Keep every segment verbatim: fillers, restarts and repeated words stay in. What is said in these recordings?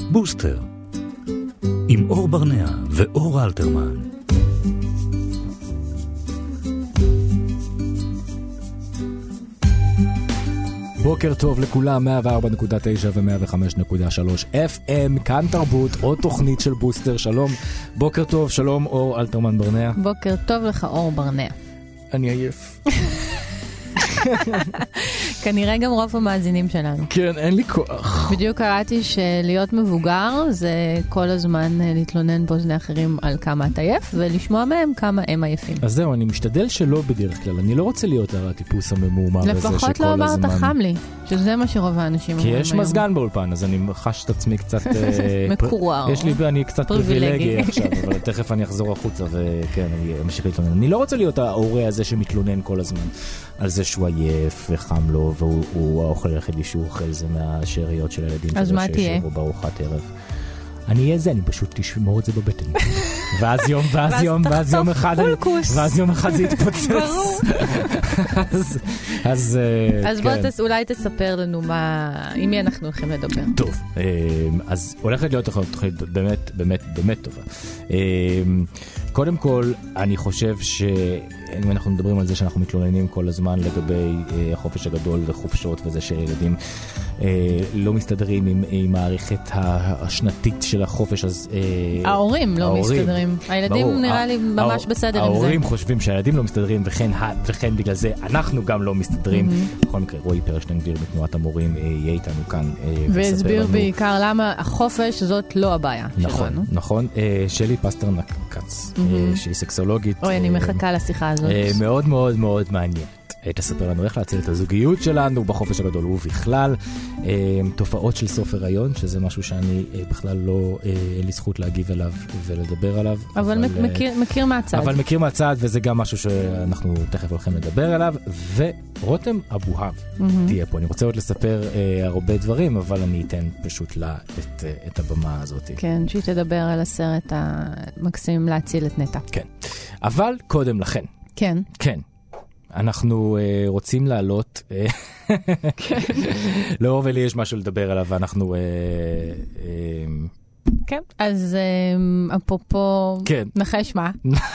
בוסטר, עם אור ברנע ואור אלתרמן. בוקר טוב לכולם, מאה וארבע נקודה תשע ו-מאה וחמש נקודה שלוש אף אם, כאן תרבות, עוד תוכנית של בוסטר. שלום, בוקר טוב, שלום אור אלתרמן ברנע. בוקר טוב לך אור ברנע. אני עייף. כנראה גם רוב המאזינים שלנו. כן, אין לי כוח. בדיוק קראתי שלהיות מבוגר זה כל הזמן להתלונן באוזני אחרים על כמה אתה עייף, ולשמוע מהם כמה הם עייפים. אז זהו, אני משתדל שלא בדרך כלל. אני לא רוצה להיות הטיפוס הממורמר הזה שכל הזמן. לפחות לא אמרת חם לי, שזה מה שרוב האנשים אומרים היום. כי יש מזגן באולפן, אז אני חש את עצמי קצת... מקורר. יש לי, אני קצת פריבילגי עכשיו, אבל תכף אני אחזור החוצה, וכן, אני אמשיך להתלונן. אני לא רוצה להיות ההורה הזה שמתלונן כל הזמן על זה שהוא עייף וחם לו, והוא האוכל היחיד לי שהוא אוכל, זה מהשאריות של הילדים אז מה תהיה? בארוחת ערב. אני אהיה זה, אני פשוט תשמור את זה בבטן. ואז יום, ואז יום, ואז יום אחד, ואז יום אחד זה יתפוצץ. ברור. אז אז בוא אולי תספר לנו מה, עם מי אנחנו הולכים לדבר. טוב, אז הולכת להיות תוכנית באמת, באמת, באמת טובה. קודם כל, אני חושב שאם אנחנו מדברים על זה שאנחנו מתלוננים כל הזמן לגבי החופש הגדול וחופשות וזה שילדים לא מסתדרים עם, עם מערכת השנתית של החופש, אז... ההורים, ההורים לא מסתדרים. הילדים ברור, נראה לי ממש בסדר עם זה. ההורים חושבים שהילדים לא מסתדרים, וכן, וכן בגלל זה אנחנו גם לא מסתדרים. Mm-hmm. בכל מקרה, רועי פרשטיין גביר בתנועת המורים יהיה איתנו כאן. והסביר בעיקר למה החופש זאת לא הבעיה נכון, שלנו. נכון. שלי פסטרנק קץ, mm-hmm. שהיא סקסולוגית. אוי, אני מחכה לשיחה הזאת. מאוד מאוד מאוד מעניין. תספר לנו איך להציל את הזוגיות שלנו בחופש הגדול ובכלל. תופעות של סוף הריון, שזה משהו שאני בכלל לא, אין לי זכות להגיב אליו ולדבר עליו. אבל, אבל מכיר, מכיר מהצד. אבל מכיר מהצד, וזה גם משהו שאנחנו תכף הולכים לדבר עליו. ורותם אבוהב mm-hmm. תהיה פה. אני רוצה עוד לספר אה, הרבה דברים, אבל אני אתן פשוט לה את, את הבמה הזאת. כן, שהיא תדבר על הסרט המקסים להציל את נטע. כן. אבל קודם לכן. כן. כן. אנחנו uh, רוצים לעלות, כן. לא ולי יש משהו לדבר עליו, ואנחנו... Uh, uh, כן, אז uh, אפרופו כן. נחש מה?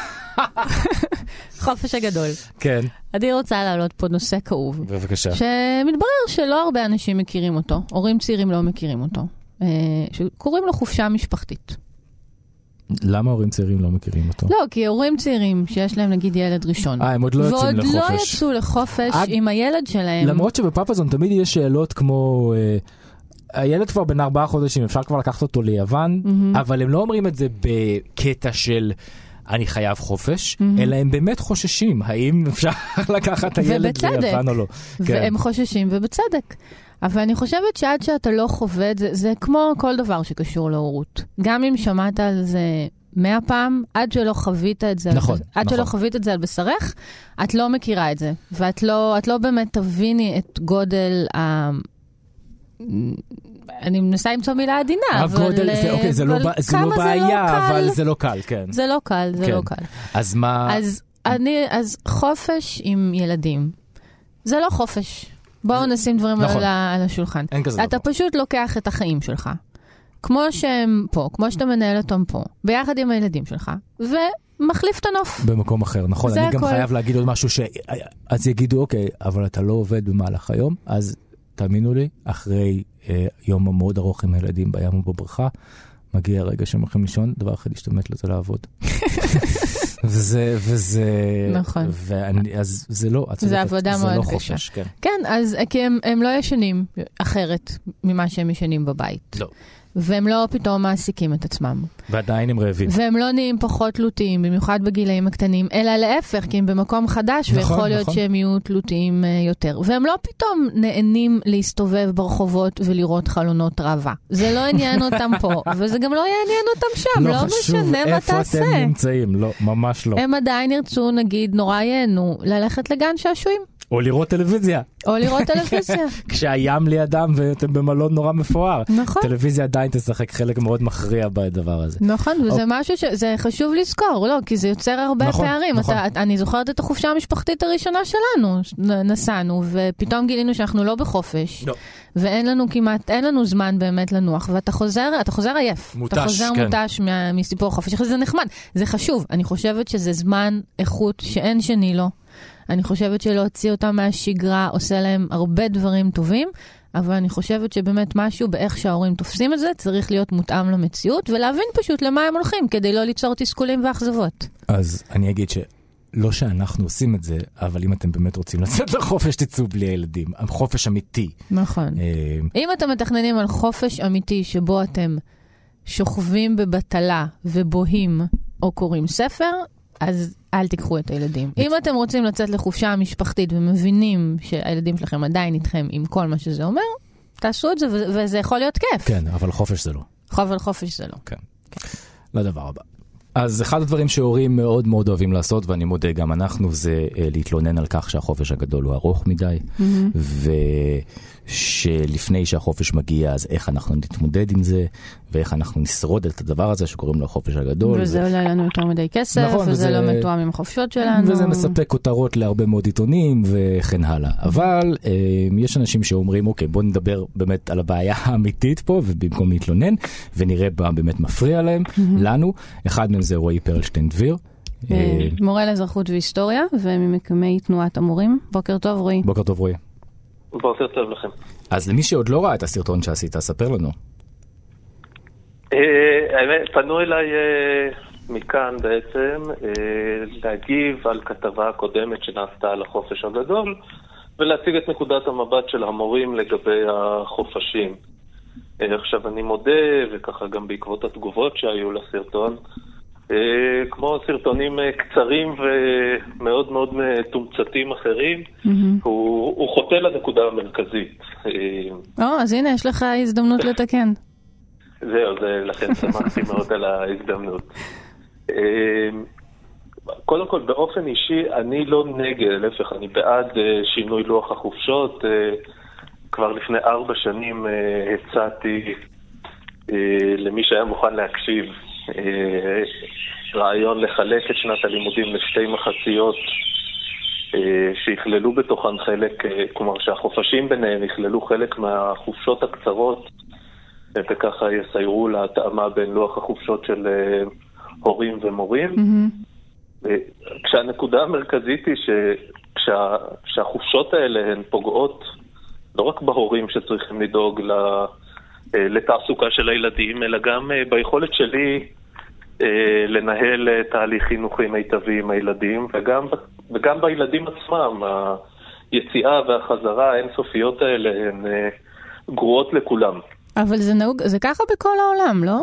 חופש הגדול. כן. אני רוצה לעלות פה נושא כאוב. בבקשה. שמתברר שלא הרבה אנשים מכירים אותו, הורים צעירים לא מכירים אותו, uh, שקוראים לו חופשה משפחתית. למה הורים צעירים לא מכירים אותו? לא, כי הורים צעירים שיש להם נגיד ילד ראשון. אה, הם עוד לא יוצאים לחופש. ועוד לא יצאו לחופש עד... עם הילד שלהם. למרות שבפאפזון תמיד יש שאלות כמו, אה, הילד כבר בן ארבעה חודשים, אפשר כבר לקחת אותו ליוון, mm-hmm. אבל הם לא אומרים את זה בקטע של אני חייב חופש, mm-hmm. אלא הם באמת חוששים, האם אפשר לקחת את הילד ליוון או לא. והם כן. חוששים ובצדק. אבל אני חושבת שעד שאתה לא חווה את זה, זה כמו כל דבר שקשור להורות. גם אם שמעת על זה מאה פעם, עד שלא חווית את זה, נכון, עד נכון. שלא חווית את זה על בשרך, את לא מכירה את זה. ואת לא, את לא באמת תביני את גודל ה... אני מנסה למצוא מילה עדינה, אבל... הגודל, זה, אוקיי, זה לא, זה לא בעיה, לא אבל זה לא קל, כן. זה לא קל, זה כן. לא קל. אז מה... אז, אני, אז חופש עם ילדים, זה לא חופש. בואו נשים דברים נכון. על, על השולחן. אתה דבר. פשוט לוקח את החיים שלך, כמו שהם פה, כמו שאתה מנהל אותם פה, ביחד עם הילדים שלך, ומחליף את הנוף. במקום אחר, נכון. אני גם הכל. חייב להגיד עוד משהו ש... אז יגידו, אוקיי, אבל אתה לא עובד במהלך היום, אז תאמינו לי, אחרי אה, יום המאוד ארוך עם הילדים בים ובברכה, מגיע הרגע שהם הולכים לישון, דבר אחד להשתמש לזה לעבוד. וזה, וזה, נכון. ואני, אז זה לא, זה עבודה מאוד לא קשה. חופש, כן. כן, אז כי הם, הם לא ישנים אחרת ממה שהם ישנים בבית. לא. והם לא פתאום מעסיקים את עצמם. ועדיין הם רעבים. והם לא נהיים פחות תלותיים, במיוחד בגילאים הקטנים, אלא להפך, כי הם במקום חדש, נכון, ויכול להיות נכון. שהם יהיו תלותיים יותר. והם לא פתאום נהנים להסתובב ברחובות ולראות חלונות רעבה. זה לא עניין אותם פה, וזה גם לא יעניין אותם שם, לא, לא משנה מה תעשה. איפה אתם נמצאים, לא, ממש לא. הם עדיין ירצו, נגיד, נורא ייהנו, ללכת לגן שעשועים. או לראות טלוויזיה. או לראות טלוויזיה. כשהים לידם ואתם במלון נורא מפואר. נכון. טלוויזיה עדיין עדיין תשחק חלק מאוד מכריע בדבר הזה. נכון, וזה משהו שזה חשוב לזכור, לא, כי זה יוצר הרבה פערים. אני זוכרת את החופשה המשפחתית הראשונה שלנו, נסענו, ופתאום גילינו שאנחנו לא בחופש, ואין לנו כמעט, אין לנו זמן באמת לנוח, ואתה חוזר, אתה חוזר עייף. מוטש, אתה חוזר מוטש מסיפור חופש. זה נחמד, זה חשוב. אני חושבת שזה זמן איכות שאין שני לו. אני חושבת שלהוציא אותם מהשגרה עושה להם הרבה דברים טובים, אבל אני חושבת שבאמת משהו באיך שההורים תופסים את זה, צריך להיות מותאם למציאות, ולהבין פשוט למה הם הולכים, כדי לא ליצור תסכולים ואכזבות. אז אני אגיד שלא שאנחנו עושים את זה, אבל אם אתם באמת רוצים לצאת לחופש, תצאו בלי הילדים. חופש אמיתי. נכון. אם אתם מתכננים על חופש אמיתי, שבו אתם שוכבים בבטלה ובוהים, או קוראים ספר, אז אל תיקחו את הילדים. אם אתם רוצים לצאת לחופשה משפחתית ומבינים שהילדים שלכם עדיין איתכם עם כל מה שזה אומר, תעשו את זה וזה יכול להיות כיף. כן, אבל חופש זה לא. אבל חופש זה לא. כן. לדבר הבא. אז אחד הדברים שהורים מאוד מאוד אוהבים לעשות, ואני מודה גם אנחנו, זה להתלונן על כך שהחופש הגדול הוא ארוך מדי, ושלפני שהחופש מגיע, אז איך אנחנו נתמודד עם זה, ואיך אנחנו נשרוד את הדבר הזה שקוראים לו החופש הגדול. וזה עולה לנו יותר מדי כסף, וזה לא מתואם עם החופשות שלנו. וזה מספק כותרות להרבה מאוד עיתונים, וכן הלאה. אבל יש אנשים שאומרים, אוקיי, בוא נדבר באמת על הבעיה האמיתית פה, ובמקום להתלונן, ונראה מה באמת מפריע להם, לנו. אחד מהם זה רועי פרלשטיין דביר. מורה לאזרחות והיסטוריה, וממקמי תנועת המורים. בוקר טוב, רועי. בוקר טוב, רועי. בוקר טוב לכם. אז למי שעוד לא ראה את הסרטון שעשית, ספר לנו. פנו אליי מכאן בעצם להגיב על כתבה הקודמת שנעשתה על החופש הגדול, ולהציג את נקודת המבט של המורים לגבי החופשים. עכשיו אני מודה, וככה גם בעקבות התגובות שהיו לסרטון, כמו סרטונים קצרים ומאוד מאוד מתומצתים אחרים, הוא חוטא לנקודה המרכזית. או, אז הנה, יש לך הזדמנות לתקן. זהו, לכן שמחתי מאוד על ההזדמנות. קודם כל, באופן אישי, אני לא נגד, להפך, אני בעד שינוי לוח החופשות. כבר לפני ארבע שנים הצעתי למי שהיה מוכן להקשיב רעיון לחלק את שנת הלימודים לשתי מחציות שיכללו בתוכן חלק, כלומר שהחופשים ביניהם יכללו חלק מהחופשות הקצרות, וככה יסיירו להתאמה בין לוח החופשות של הורים ומורים. Mm-hmm. כשהנקודה המרכזית היא שכשה, שהחופשות האלה הן פוגעות לא רק בהורים שצריכים לדאוג לתעסוקה של הילדים, אלא גם ביכולת שלי לנהל תהליך חינוכי מיטבי עם הילדים, וגם, וגם בילדים עצמם. היציאה והחזרה האינסופיות האלה הן גרועות לכולם. אבל זה נהוג, זה ככה בכל העולם, לא?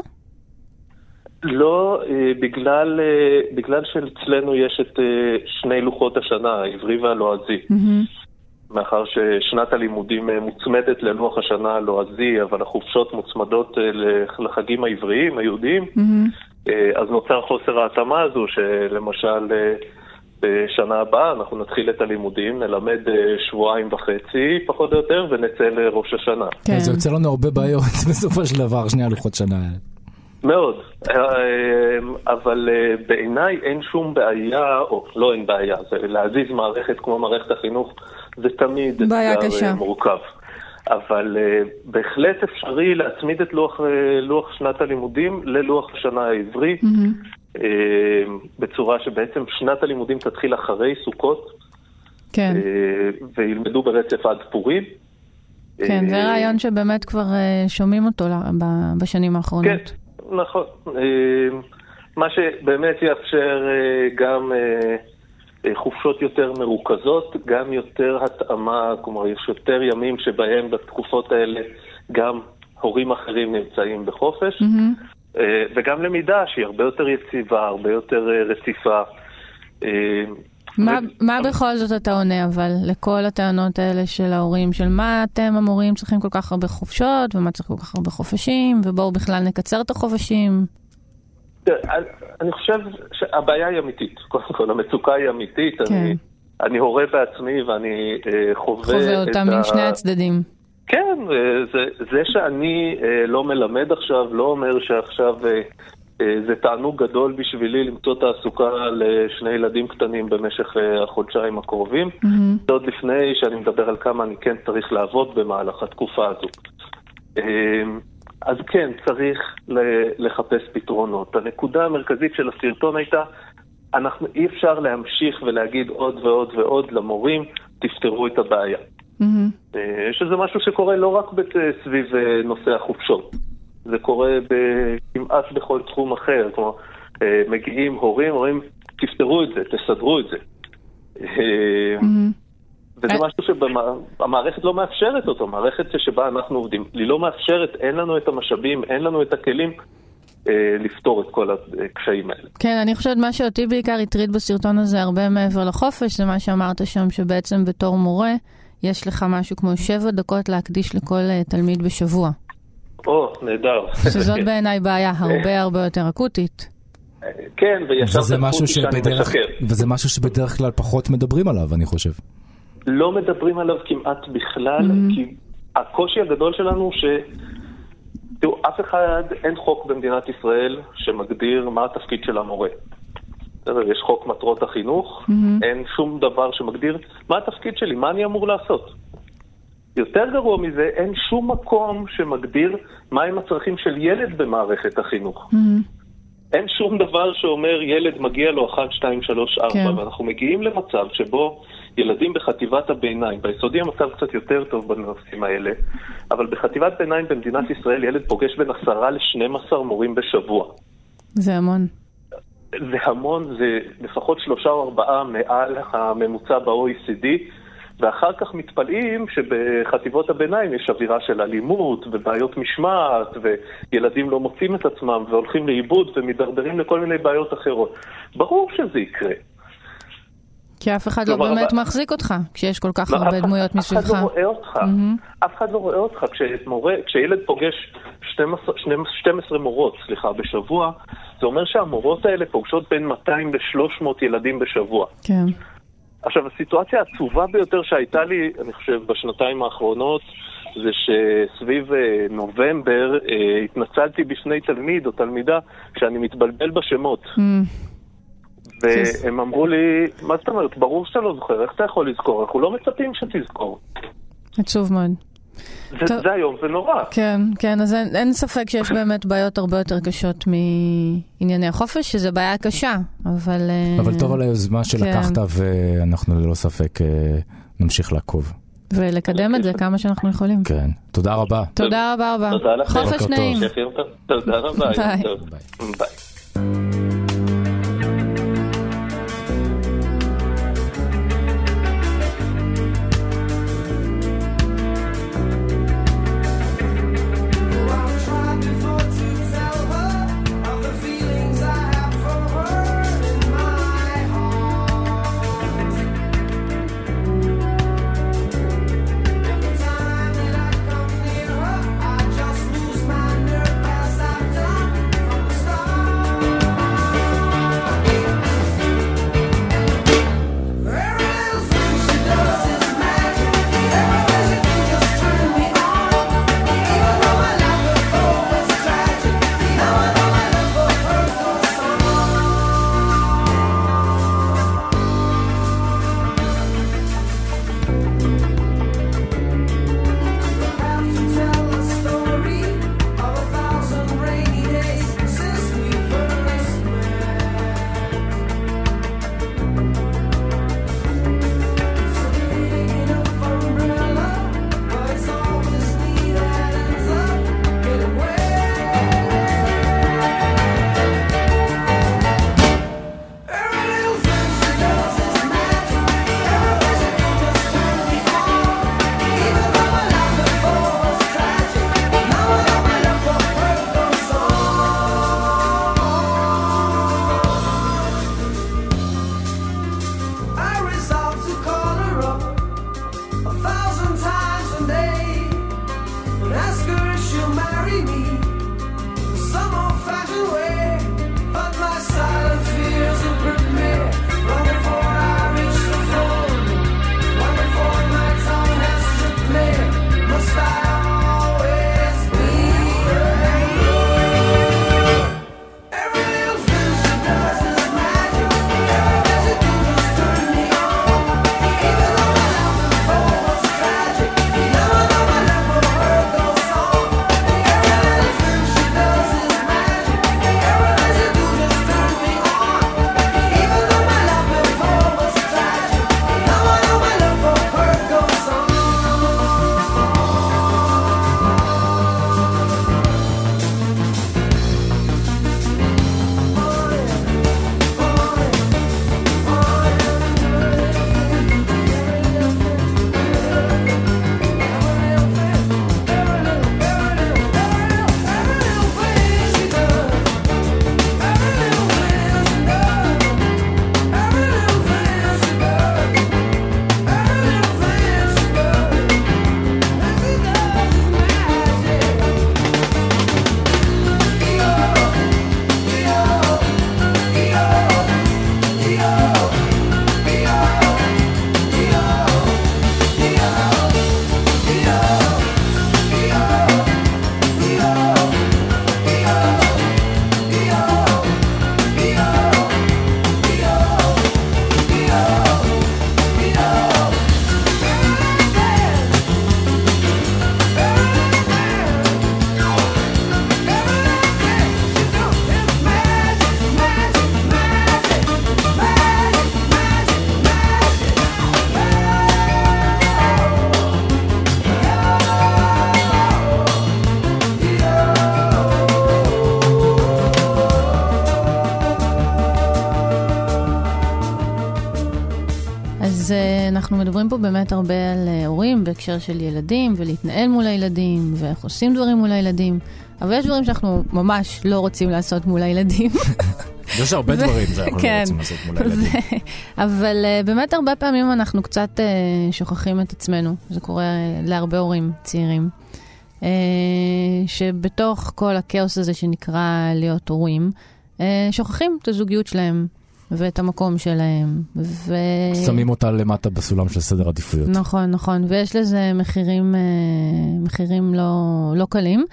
לא, בגלל, בגלל שאצלנו יש את שני לוחות השנה, העברי והלועזי. Mm-hmm. מאחר ששנת הלימודים מוצמדת ללוח השנה הלועזי, אבל החופשות מוצמדות לחגים העבריים, היהודיים, mm-hmm. אז נוצר חוסר ההתאמה הזו, שלמשל בשנה הבאה אנחנו נתחיל את הלימודים, נלמד שבועיים וחצי, פחות או יותר, ונצא לראש השנה. כן. זה יוצא לנו הרבה בעיות בסופו של דבר, שני הלוחות שנה האלה. מאוד, אבל בעיניי אין שום בעיה, או לא אין בעיה, זה להזיז מערכת כמו מערכת החינוך, זה תמיד אתגר מורכב. אבל בהחלט אפשרי להצמיד את לוח, לוח שנת הלימודים ללוח השנה העברי, mm-hmm. בצורה שבעצם שנת הלימודים תתחיל אחרי סוכות, כן. וילמדו ברצף עד פורים. כן, זה רעיון שבאמת כבר שומעים אותו בשנים האחרונות. כן. נכון. מה שבאמת יאפשר גם חופשות יותר מרוכזות, גם יותר התאמה, כלומר יש יותר ימים שבהם בתקופות האלה גם הורים אחרים נמצאים בחופש, mm-hmm. וגם למידה שהיא הרבה יותר יציבה, הרבה יותר רציפה. מה, מה בכל זאת אתה עונה, אבל לכל הטענות האלה של ההורים, של מה אתם המורים צריכים כל כך הרבה חופשות, ומה צריך כל כך הרבה חופשים, ובואו בכלל נקצר את החופשים? אני חושב שהבעיה היא אמיתית. קודם כל, המצוקה היא אמיתית. כן. אני, אני הורה בעצמי, ואני חווה, חווה אותה ה... משני הצדדים. כן, זה, זה שאני לא מלמד עכשיו, לא אומר שעכשיו זה תענוג גדול בשבילי למצוא תעסוקה לשני ילדים קטנים במשך החודשיים הקרובים. Mm-hmm. זה עוד לפני שאני מדבר על כמה אני כן צריך לעבוד במהלך התקופה הזו. אז כן, צריך לחפש פתרונות. הנקודה המרכזית של הסרטון הייתה, אנחנו אי אפשר להמשיך ולהגיד עוד ועוד ועוד למורים, תפתרו את הבעיה. Mm-hmm. יש איזה משהו שקורה לא רק סביב נושא החופשות. זה קורה כמעט בכל תחום אחר. כלומר, מגיעים הורים, הורים, תפתרו את זה, תסדרו את זה. Mm-hmm. וזה משהו שהמערכת לא מאפשרת אותו. המערכת שבה אנחנו עובדים, היא לא מאפשרת, אין לנו את המשאבים, אין לנו את הכלים לפתור את כל הקשיים האלה. כן, אני חושבת מה שאותי בעיקר הטריד בסרטון הזה הרבה מעבר לחופש, זה מה שאמרת שם, שבעצם בתור מורה יש לך משהו כמו שבע דקות להקדיש לכל תלמיד בשבוע. או, נהדר. שזאת בעיניי בעיה הרבה הרבה יותר אקוטית. כן, וישר תקוטי שאני משקר. וזה משהו שבדרך כלל פחות מדברים עליו, אני חושב. לא מדברים עליו כמעט בכלל, כי הקושי הגדול שלנו ש... תראו, אף אחד, אין חוק במדינת ישראל שמגדיר מה התפקיד של המורה. יש חוק מטרות החינוך, mm-hmm. אין שום דבר שמגדיר מה התפקיד שלי, מה אני אמור לעשות. יותר גרוע מזה, אין שום מקום שמגדיר מהם הצרכים של ילד במערכת החינוך. Mm-hmm. אין שום דבר שאומר ילד מגיע לו אחת, שתיים, שלוש, ארבע, כן. ואנחנו מגיעים למצב שבו ילדים בחטיבת הביניים, ביסודי המצב קצת יותר טוב בנושאים האלה, אבל בחטיבת ביניים במדינת ישראל ילד פוגש בין עשרה ל-שנים עשר מורים בשבוע. זה המון. זה המון, זה לפחות שלושה או ארבעה מעל הממוצע ב-או אי סי די, ואחר כך מתפלאים שבחטיבות הביניים יש אווירה של אלימות ובעיות משמעת, וילדים לא מוצאים את עצמם והולכים לאיבוד ומדרדרים לכל מיני בעיות אחרות. ברור שזה יקרה. כי אף אחד לא באמת מחזיק אותך, כשיש כל כך הרבה דמויות מסביבך. אף אחד לא רואה אותך. אף אחד לא רואה אותך. כשילד פוגש שתים עשרה מורות, סליחה, בשבוע, זה אומר שהמורות האלה פוגשות בין מאתיים ל-שלוש מאות ילדים בשבוע. כן. עכשיו, הסיטואציה העצובה ביותר שהייתה לי, אני חושב, בשנתיים האחרונות, זה שסביב נובמבר התנצלתי בפני תלמיד או תלמידה שאני מתבלבל בשמות. והם אמרו לי, מה זאת אומרת? ברור שאתה לא זוכר, איך אתה יכול לזכור? אנחנו לא מצפים שתזכור. עצוב מאוד. זה, זה היום, זה נורא. כן, כן, אז אין, אין ספק שיש באמת בעיות הרבה יותר קשות מענייני החופש, שזה בעיה קשה, אבל... אבל טוב על היוזמה שלקחת, כן. ואנחנו ללא ספק נמשיך לעקוב. ולקדם את זה כמה שאנחנו יכולים. כן, תודה רבה. תודה רבה רבה. תודה לכם. חופש נעים. תודה רבה. ביי. ביי. אנחנו מדברים פה באמת הרבה על הורים בהקשר של ילדים, ולהתנהל מול הילדים, ואיך עושים דברים מול הילדים, אבל יש דברים שאנחנו ממש לא רוצים לעשות מול הילדים. יש הרבה דברים שאנחנו לא רוצים לעשות מול הילדים. אבל באמת הרבה פעמים אנחנו קצת שוכחים את עצמנו. זה קורה להרבה הורים צעירים. שבתוך כל הכאוס הזה שנקרא להיות הורים, שוכחים את הזוגיות שלהם ואת המקום שלהם. ו... שמים אותה למטה בסולם של סדר עדיפויות. נכון, נכון. ויש לזה מחירים, מחירים לא, לא קלים.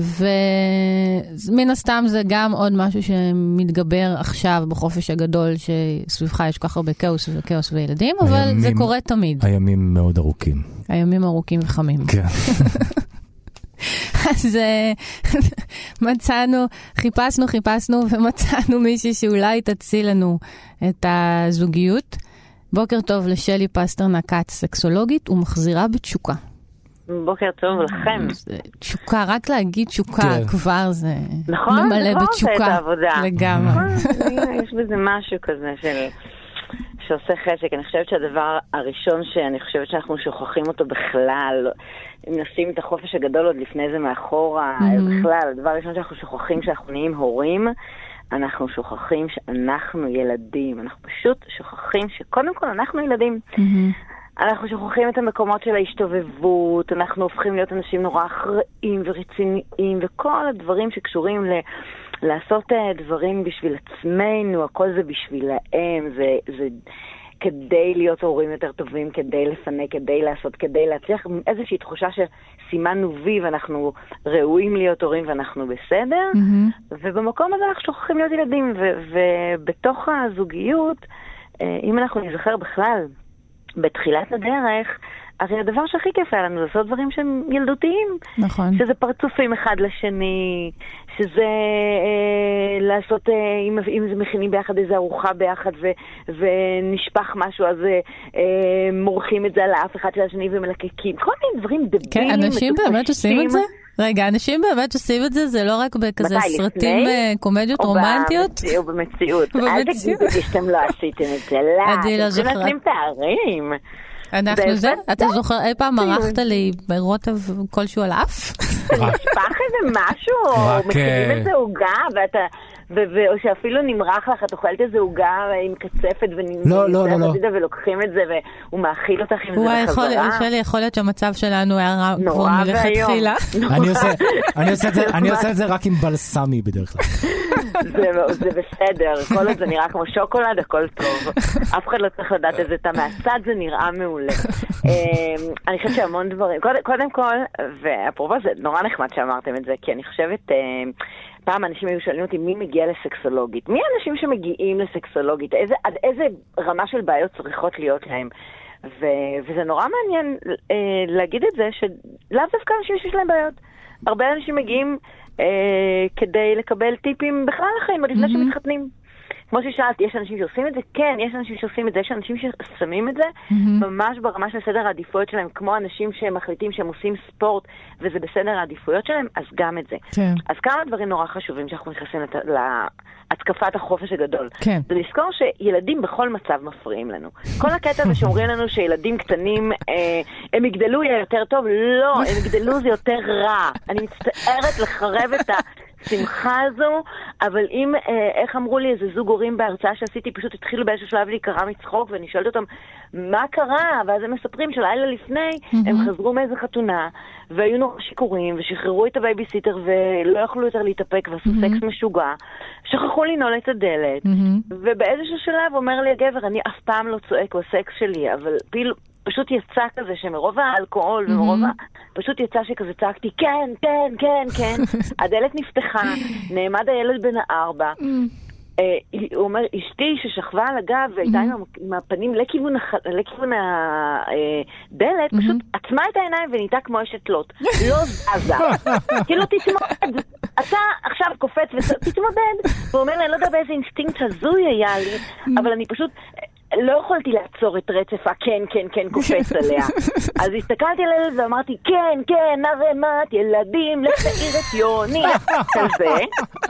ומן הסתם זה גם עוד משהו שמתגבר עכשיו בחופש הגדול, שסביבך יש כך הרבה כאוס וכאוס וילדים, אבל הימים, זה קורה תמיד. הימים מאוד ארוכים. הימים ארוכים וחמים. כן. אז מצאנו, חיפשנו, חיפשנו ומצאנו מישהי שאולי תציל לנו את הזוגיות. בוקר טוב לשלי פסטרנק, סקסולוגית ומחזירה בתשוקה. בוקר טוב לכם. תשוקה, רק להגיד תשוקה כבר זה נכון, ממלא בתשוקה לגמרי. יש בזה משהו כזה של... שעושה חשק. אני חושבת שהדבר הראשון שאני חושבת שאנחנו שוכחים אותו בכלל, אם נשים את החופש הגדול עוד לפני זה מאחורה, mm-hmm. בכלל, הדבר הראשון שאנחנו שוכחים שאנחנו נהיים הורים, אנחנו שוכחים שאנחנו ילדים. אנחנו פשוט שוכחים שקודם כל אנחנו ילדים. Mm-hmm. אנחנו שוכחים את המקומות של ההשתובבות, אנחנו הופכים להיות אנשים נורא אחראים ורציניים, וכל הדברים שקשורים ל... לעשות דברים בשביל עצמנו, הכל זה בשבילהם, זה, זה כדי להיות הורים יותר טובים, כדי לפנק, כדי לעשות, כדי להצליח, איזושהי תחושה שסימנו וי ואנחנו ראויים להיות הורים ואנחנו בסדר, mm-hmm. ובמקום הזה אנחנו שוכחים להיות ילדים, ו- ובתוך הזוגיות, אם אנחנו נזכר בכלל, בתחילת הדרך, הרי הדבר שהכי כיף היה לנו לעשות דברים שהם ילדותיים. נכון. שזה פרצופים אחד לשני, שזה אה, לעשות, אה, אם, אם זה מכינים ביחד איזו ארוחה ביחד ו, ונשפח משהו, אז אה, מורחים את זה על האף אחד של השני ומלקקים. כל מיני דברים דבילים. כן, אנשים באמת עושים את זה? רגע, אנשים באמת עושים את זה? זה לא רק בכזה סרטים קומדיות רומנטיות? או במציאות. אל תגידו לי שאתם לא עשיתם את זה. לא, אתם צריכים לשים תארים. אנחנו זה? אתה זוכר, אי פעם מרחת לי רוטב כלשהו על אף? נשפח איזה משהו, או מכירים איזה הוגה, ואתה... או שאפילו נמרח לך, את אוכלת איזה הוגה עם קצפת ולוקחים את זה והוא מאכיל אותך עם זה בחזרה. שלי, יכול להיות שהמצב שלנו היה רע כבר מלכתחילה. אני עושה את זה רק עם בלסמי בדרך כלל. זה בסדר, כל עוד זה נראה כמו שוקולד, הכל טוב. אף אחד לא צריך לדעת את זה, מהצד זה נראה מעולה. אני חושבת שהמון דברים, קודם כל, ואפרופו זה נורא נחמד שאמרתם את זה, כי אני חושבת... פעם אנשים היו שואלים אותי מי מגיע לסקסולוגית. מי האנשים שמגיעים לסקסולוגית? איזה, עד איזה רמה של בעיות צריכות להיות להם? ו, וזה נורא מעניין אה, להגיד את זה, שלאו דווקא אנשים שיש להם בעיות. הרבה אנשים מגיעים אה, כדי לקבל טיפים בכלל לחיים, עוד לפני mm-hmm. שמתחתנים. כמו ששאלת, יש אנשים שעושים את זה? כן, יש אנשים שעושים את זה, יש אנשים ששמים את זה mm-hmm. ממש ברמה של סדר העדיפויות שלהם, כמו אנשים שמחליטים שהם עושים ספורט, וזה בסדר העדיפויות שלהם, אז גם את זה. כן. אז כמה דברים נורא חשובים שאנחנו נכנסים לת... להתקפת החופש הגדול. כן. זה לזכור שילדים בכל מצב מפריעים לנו. כל הקטע הזה שאומרים לנו שילדים קטנים, אה, הם יגדלו יהיה יותר טוב, לא, הם יגדלו זה יותר רע. אני מצטערת לחרב את ה... שמחה הזו, אבל אם, אה, איך אמרו לי איזה זוג הורים בהרצאה שעשיתי, פשוט התחילו באיזשהו שלב להיקרא מצחוק, ואני שואלת אותם, מה קרה? ואז הם מספרים שלילה לפני, mm-hmm. הם חזרו מאיזה חתונה, והיו נורא שיקורים, ושחררו את הבייביסיטר, ולא יכלו יותר להתאפק, ועשו mm-hmm. סקס משוגע, שכחו לנעול את הדלת, mm-hmm. ובאיזשהו שלב אומר לי הגבר, אני אף פעם לא צועק בסקס שלי, אבל פיל... פשוט יצא כזה שמרוב האלכוהול mm-hmm. ומרוב ה... פשוט יצא שכזה צעקתי, כן, כן, כן, כן. הדלת נפתחה, נעמד הילד בן הארבע. Mm-hmm. אה, הוא אומר, אשתי ששכבה על הגב והייתה mm-hmm. עם הפנים לכיוון, הח... לכיוון הדלת, mm-hmm. פשוט עצמה את העיניים ונהייתה כמו אשת לוט. לא זזה. כאילו תתמודד. אתה עכשיו קופץ ותתמודד. והוא אומר לי, אני לא יודע באיזה אינסטינקט הזוי היה לי, mm-hmm. אבל אני פשוט... לא יכולתי לעצור את רצף הכן, כן, כן, קופץ עליה. אז הסתכלתי על הילד ואמרתי, כן, כן, הרמת ילדים לצעיר את יוני. כזה.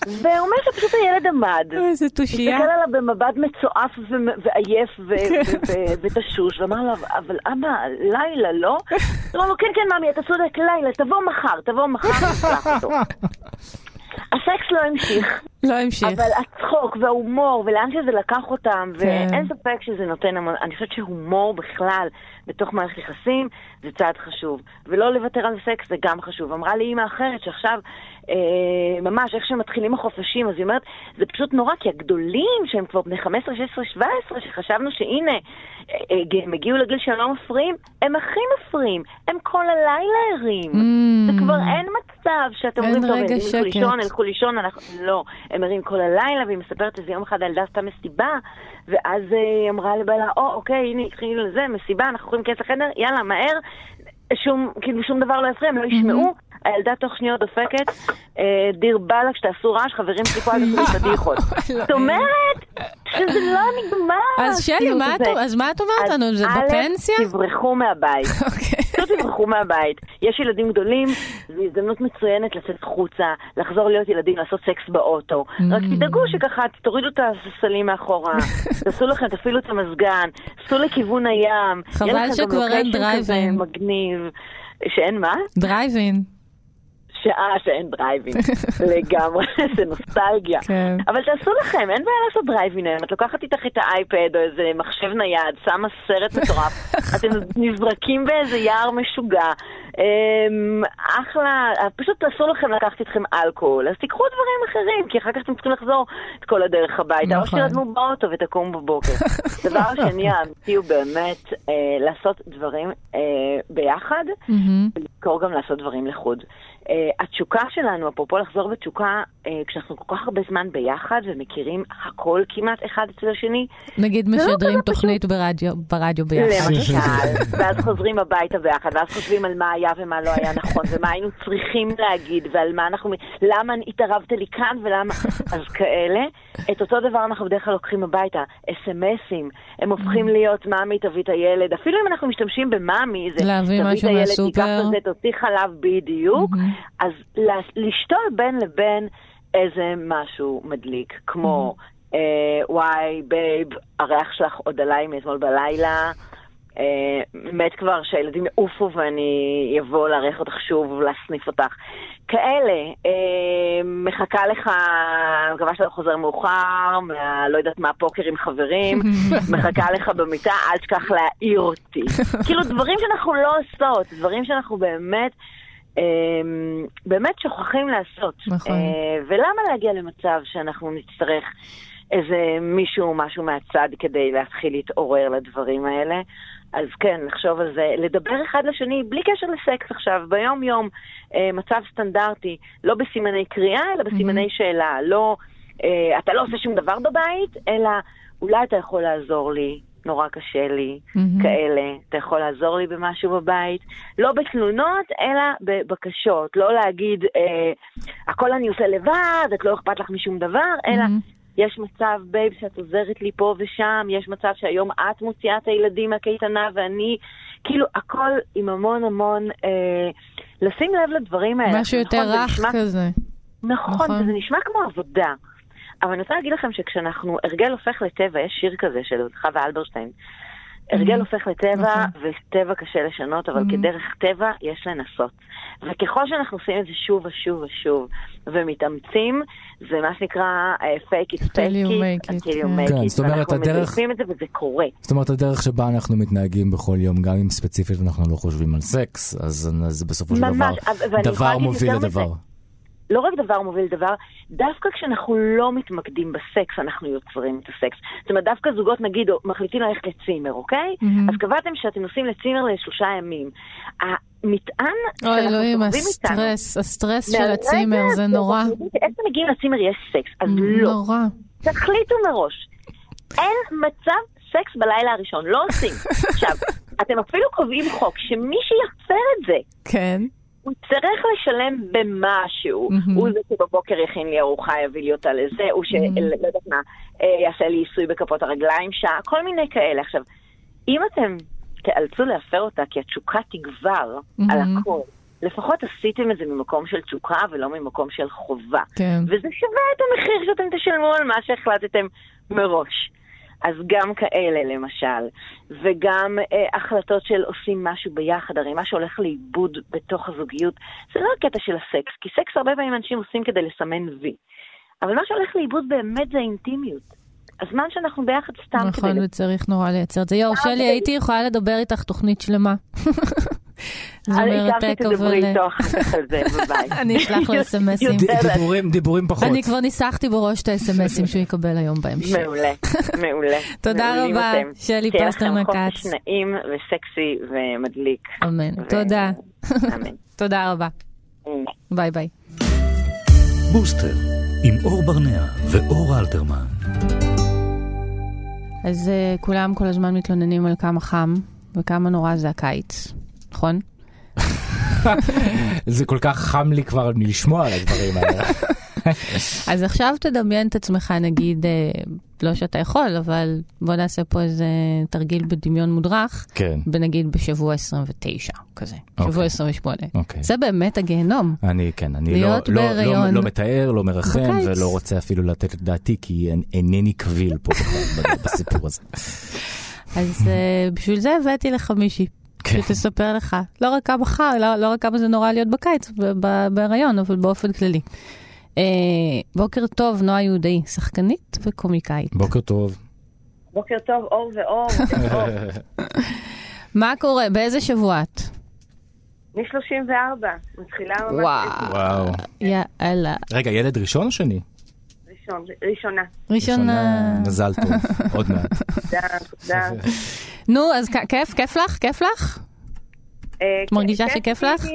והוא אומר שפשוט הילד עמד. איזה תושייה. הסתכל עליו במבט מצועף ועייף ותשוש, ואמר לו, אבל אבא, לילה, לא? הוא אמר לו, כן, כן, ממי, אתה צודק, לילה, תבוא מחר, תבוא מחר, נצלח אותו. הסקס לא המשיך. לא המשיך. אבל הצחוק וההומור, ולאן שזה לקח אותם, ואין ספק שזה נותן המון, אני חושבת שהומור בכלל, בתוך מערכת יחסים, זה צעד חשוב. ולא לוותר על סקס זה גם חשוב. אמרה לי אימא אחרת שעכשיו, אה, ממש, איך שמתחילים החופשים, אז היא אומרת, זה פשוט נורא, כי הגדולים, שהם כבר בני חמש עשרה, שש עשרה, שבע עשרה, שחשבנו שהנה, אה, הם הגיעו לגיל שלא מפריעים, הם הכי מפריעים. הם כל הלילה ערים. Mm. זה כבר אין מצב שאתם אומרים, טוב, הלכו לישון, הלכו לישון, אנחנו... לא. הם ערים כל הלילה, והיא מספרת איזה יום אחד הילדה עשתה מסיבה, ואז היא אמרה לבעלה, או, אוקיי, הנה, התחילו לזה, מסיבה, אנחנו יכולים כנס לחדר, יאללה, מהר, שום, כאילו, שום דבר לא יפריע, הם לא ישמעו, הילדה תוך שניות דופקת, דיר בלק, שתעשו רעש, חברים שליפו על זה פדיחות. זאת אומרת, שזה לא נגמר. אז שלי, אז מה את אומרת לנו? זה בפנסיה? אז א', תברחו מהבית. פשוט תברחו מהבית. יש ילדים גדולים, זו הזדמנות מצוינת לצאת חוצה, לחזור להיות ילדים, לעשות סקס באוטו. רק תדאגו שככה, תורידו את הספסלים מאחורה, תעשו לכם, תפעילו את המזגן, תעשו לכיוון הים. חבל שכבר אין דרייבין. מגניב. שאין מה? דרייבין. שעה שאין דרייבין, לגמרי, זה נוסטלגיה. כן. אבל תעשו לכם, אין בעיה לעשות דרייבין, את לוקחת איתך את האייפד או איזה מחשב נייד, שמה סרט מטורף, אתם נזרקים באיזה יער משוגע, אחלה, פשוט תעשו לכם לקחת איתכם אלכוהול, אז תיקחו דברים אחרים, כי אחר כך אתם צריכים לחזור את כל הדרך הביתה, או שתרדמו באוטו ותקום בבוקר. דבר שני, האמיתי הוא באמת לעשות דברים ביחד, ולזכור גם לעשות דברים לחוד. התשוקה שלנו, אפרופו לחזור בתשוקה, כשאנחנו כל כך הרבה זמן ביחד ומכירים הכל כמעט אחד אצל השני. נגיד משדרים תוכנית ברדיו ביחד. למשל, ואז חוזרים הביתה ביחד, ואז חושבים על מה היה ומה לא היה נכון, ומה היינו צריכים להגיד, ועל מה אנחנו, למה התערבת לי כאן ולמה, אז כאלה. את אותו דבר אנחנו בדרך כלל לוקחים הביתה, אס אם אסים, הם הופכים להיות מאמי תביא את הילד, אפילו אם אנחנו משתמשים במאמי, זה להביא משהו מהסופר. תוציא חלב בדיוק, אז לשתול בין לבין איזה משהו מדליק, כמו וואי בייב, הריח שלך עוד עליי מאתמול בלילה, מת כבר שהילדים יעופו ואני יבוא להריח אותך שוב ולהסניף אותך. כאלה, מחכה לך, מקווה שאתה חוזר מאוחר, לא יודעת מה, פוקר עם חברים, מחכה לך במיטה, אל תשכח להעיר אותי. כאילו דברים שאנחנו לא עושות, דברים שאנחנו באמת באמת שוכחים לעשות. נכון. ולמה להגיע למצב שאנחנו נצטרך איזה מישהו, משהו מהצד כדי להתחיל להתעורר לדברים האלה? אז כן, לחשוב על זה, לדבר אחד לשני, בלי קשר לסקס עכשיו, ביום יום, מצב סטנדרטי, לא בסימני קריאה, אלא בסימני שאלה. לא, אתה לא עושה שום דבר בבית, אלא אולי אתה יכול לעזור לי, נורא קשה לי, mm-hmm. כאלה, אתה יכול לעזור לי במשהו בבית, לא בתלונות, אלא בבקשות, לא להגיד, אה, הכל אני עושה לבד, את לא אכפת לך משום דבר, אלא mm-hmm. יש מצב, בייב, שאת עוזרת לי פה ושם, יש מצב שהיום את מוציאה את הילדים מהקייטנה, ואני, כאילו, הכל עם המון המון, אה, לשים לב לדברים האלה. משהו יותר נכון, רך נשמע, כזה. נכון, נכון, זה נשמע כמו עבודה. אבל אני רוצה להגיד לכם שכשאנחנו, הרגל הופך לטבע, יש שיר כזה של חווה אלברשטיין, הרגל הופך לטבע, וטבע קשה לשנות, אבל כדרך טבע יש לנסות. וככל שאנחנו עושים את זה שוב ושוב ושוב, ומתאמצים, זה מה שנקרא fake it, fake it, until you make it. זאת אומרת, אנחנו מזייפים את זה וזה קורה. זאת אומרת, הדרך שבה אנחנו מתנהגים בכל יום, גם אם ספציפית אנחנו לא חושבים על סקס, אז בסופו של דבר, דבר מוביל לדבר. לא רק דבר מוביל לדבר, דווקא כשאנחנו לא מתמקדים בסקס, אנחנו יוצרים את הסקס. זאת אומרת, דווקא זוגות, נגיד, מחליטים ללכת לצימר, אוקיי? Mm-hmm. אז קבעתם שאתם נוסעים לצימר לשלושה ימים. המטען אוי, אלוהים, הסטרס, הסטרס של הצימר, זה נורא. איך אתם מגיעים לצימר יש סקס? אז לא. נורא. תחליטו מראש. אין מצב סקס בלילה הראשון, לא עושים. עכשיו, אתם אפילו קובעים חוק שמי שיפר את זה, כן. הוא צריך לשלם במשהו. Mm-hmm. הוא זה שבבוקר יכין לי ארוחה, יביא לי אותה לזה, הוא שלא mm-hmm. יודעת מה, יעשה לי עיסוי בכפות הרגליים, שעה, כל מיני כאלה. עכשיו, אם אתם תאלצו להפר אותה, כי התשוקה תגבר mm-hmm. על הכל, לפחות עשיתם את זה ממקום של תשוקה ולא ממקום של חובה. כן. וזה שווה את המחיר שאתם תשלמו על מה שהחלטתם מראש. אז גם כאלה למשל, וגם אה, החלטות של עושים משהו ביחד, הרי מה שהולך לאיבוד בתוך הזוגיות, זה לא הקטע של הסקס, כי סקס הרבה פעמים אנשים עושים כדי לסמן וי. אבל מה שהולך לאיבוד באמת זה האינטימיות. הזמן שאנחנו ביחד סתם נכון, כדי... נכון, וצריך נורא לייצר את זה. יו, שלי, הייתי יכולה לדבר איתך תוכנית שלמה. זה מרתק, אבל... תדברי איתו אחר כך על זה בבית. אני אשלח לו אס-אמסים. דיבורים פחות. אני כבר ניסחתי בראש את האס-אמסים שהוא יקבל היום בהמשך. מעולה, מעולה. תודה רבה, שלי פסטרנק כץ. חופש נעים וסקסי ומדליק. אמן, תודה. אמן. תודה רבה. ביי ביי. בוסטר, עם אור ברנע ואור אלתרמן. אז uh, כולם כל הזמן מתלוננים על כמה חם וכמה נורא זה הקיץ, נכון? זה כל כך חם לי כבר מלשמוע על הדברים האלה. אז עכשיו תדמיין את עצמך, נגיד, uh, לא שאתה יכול, אבל בוא נעשה פה איזה תרגיל בדמיון מודרך, כן. בנגיד בשבוע עשרים ותשע, כזה, אוקיי. שבוע עשרים ושמונה. אוקיי. זה באמת הגיהנום. אני, כן, אני לא, להיות לא, בהיריון. לא, לא מתאר, לא מרחם, בקיץ. ולא רוצה אפילו לתת את דעתי, כי אינני קביל פה בסיפור הזה. אז uh, בשביל זה הבאתי לך מישהי, כן. שתספר לך, לא רק כמה חם, לא, לא רק כמה זה נורא להיות בקיץ, ב- בהיריון, אבל באופן כללי. Uh, בוקר טוב, נועה יהודאי, שחקנית וקומיקאית. בוקר טוב. בוקר טוב, אור ואור. מה קורה? באיזה שבוע את? מ-שלושים וארבע, מתחילה ממש... וואו. יאללה. רגע, ילד ראשון או שני? ראשון, ראשונה. ראשונה. מזל טוב, עוד מעט. תודה, תודה. נו, אז כיף, כיף לך? כיף לך? את מרגישה שכיף לך?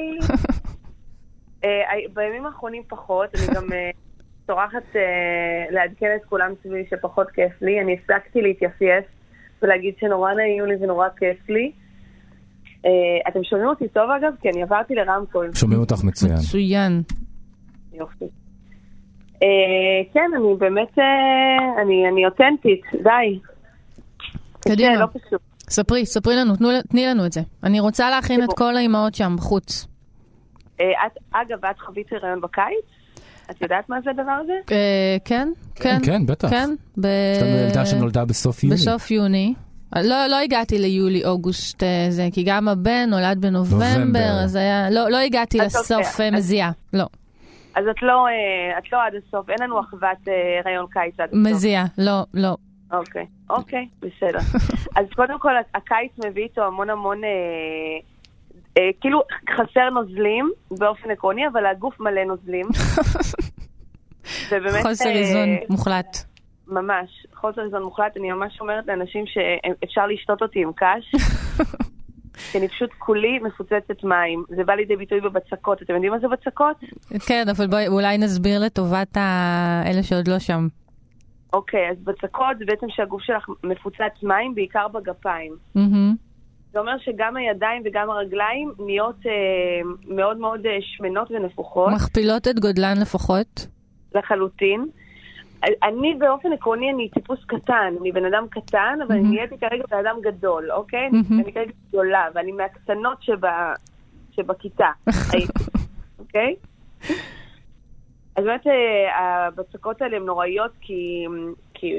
בימים האחרונים פחות, אני גם צורחת לעדכן את כולם סביבי שפחות כיף לי. אני הפסקתי להתייפייף ולהגיד שנורא נעים לי ונורא כיף לי. אתם שומעים אותי טוב אגב? כי אני עברתי לרמקול. שומעים אותך מצוין. מצוין. יופי. כן, אני באמת, אני אותנטית, די. קדימה. לא פשוט. ספרי, ספרי לנו, תני לנו את זה. אני רוצה להכין את כל האימהות שם בחוץ. את, אגב, את חווית הריון בקיץ? את יודעת מה זה הדבר הזה? כן, כן. כן, בטח. כן. יש לנו ילדה שנולדה בסוף יוני. בסוף יוני. לא, לא הגעתי ליולי, אוגוסט, זה, כי גם הבן נולד בנובמבר, אז היה, לא, לא הגעתי לסוף מזיעה, לא. אז את לא, את לא עד הסוף, אין לנו אחוות הריון קיץ עד הסוף. מזיעה, לא, לא. אוקיי, אוקיי, בסדר. אז קודם כל, הקיץ מביא איתו המון המון... אה, כאילו חסר נוזלים באופן עקרוני, אבל הגוף מלא נוזלים. ובאמת, חוסר איזון אה, מוחלט. ממש, חוסר איזון מוחלט. אני ממש אומרת לאנשים שאפשר לשתות אותי עם קש, כי אני פשוט כולי מפוצצת מים. זה בא לידי ביטוי בבצקות. אתם יודעים מה זה בצקות? כן, אבל בואי, אולי נסביר לטובת אלה שעוד לא שם. אוקיי, אז בצקות זה בעצם שהגוף שלך מפוצץ מים, בעיקר בגפיים. אהה. זה אומר שגם הידיים וגם הרגליים נהיות אה, מאוד מאוד אה, שמנות ונפוחות. מכפילות את גודלן לפחות? לחלוטין. אני באופן עקרוני, אני טיפוס קטן, אני בן אדם קטן, אבל mm-hmm. אני נהייתי כרגע בן אדם גדול, אוקיי? Mm-hmm. אני כרגע גדולה, ואני מהקטנות שבה, שבכיתה. אוקיי? אז באמת, הבצקות האלה הן נוראיות, כי... כי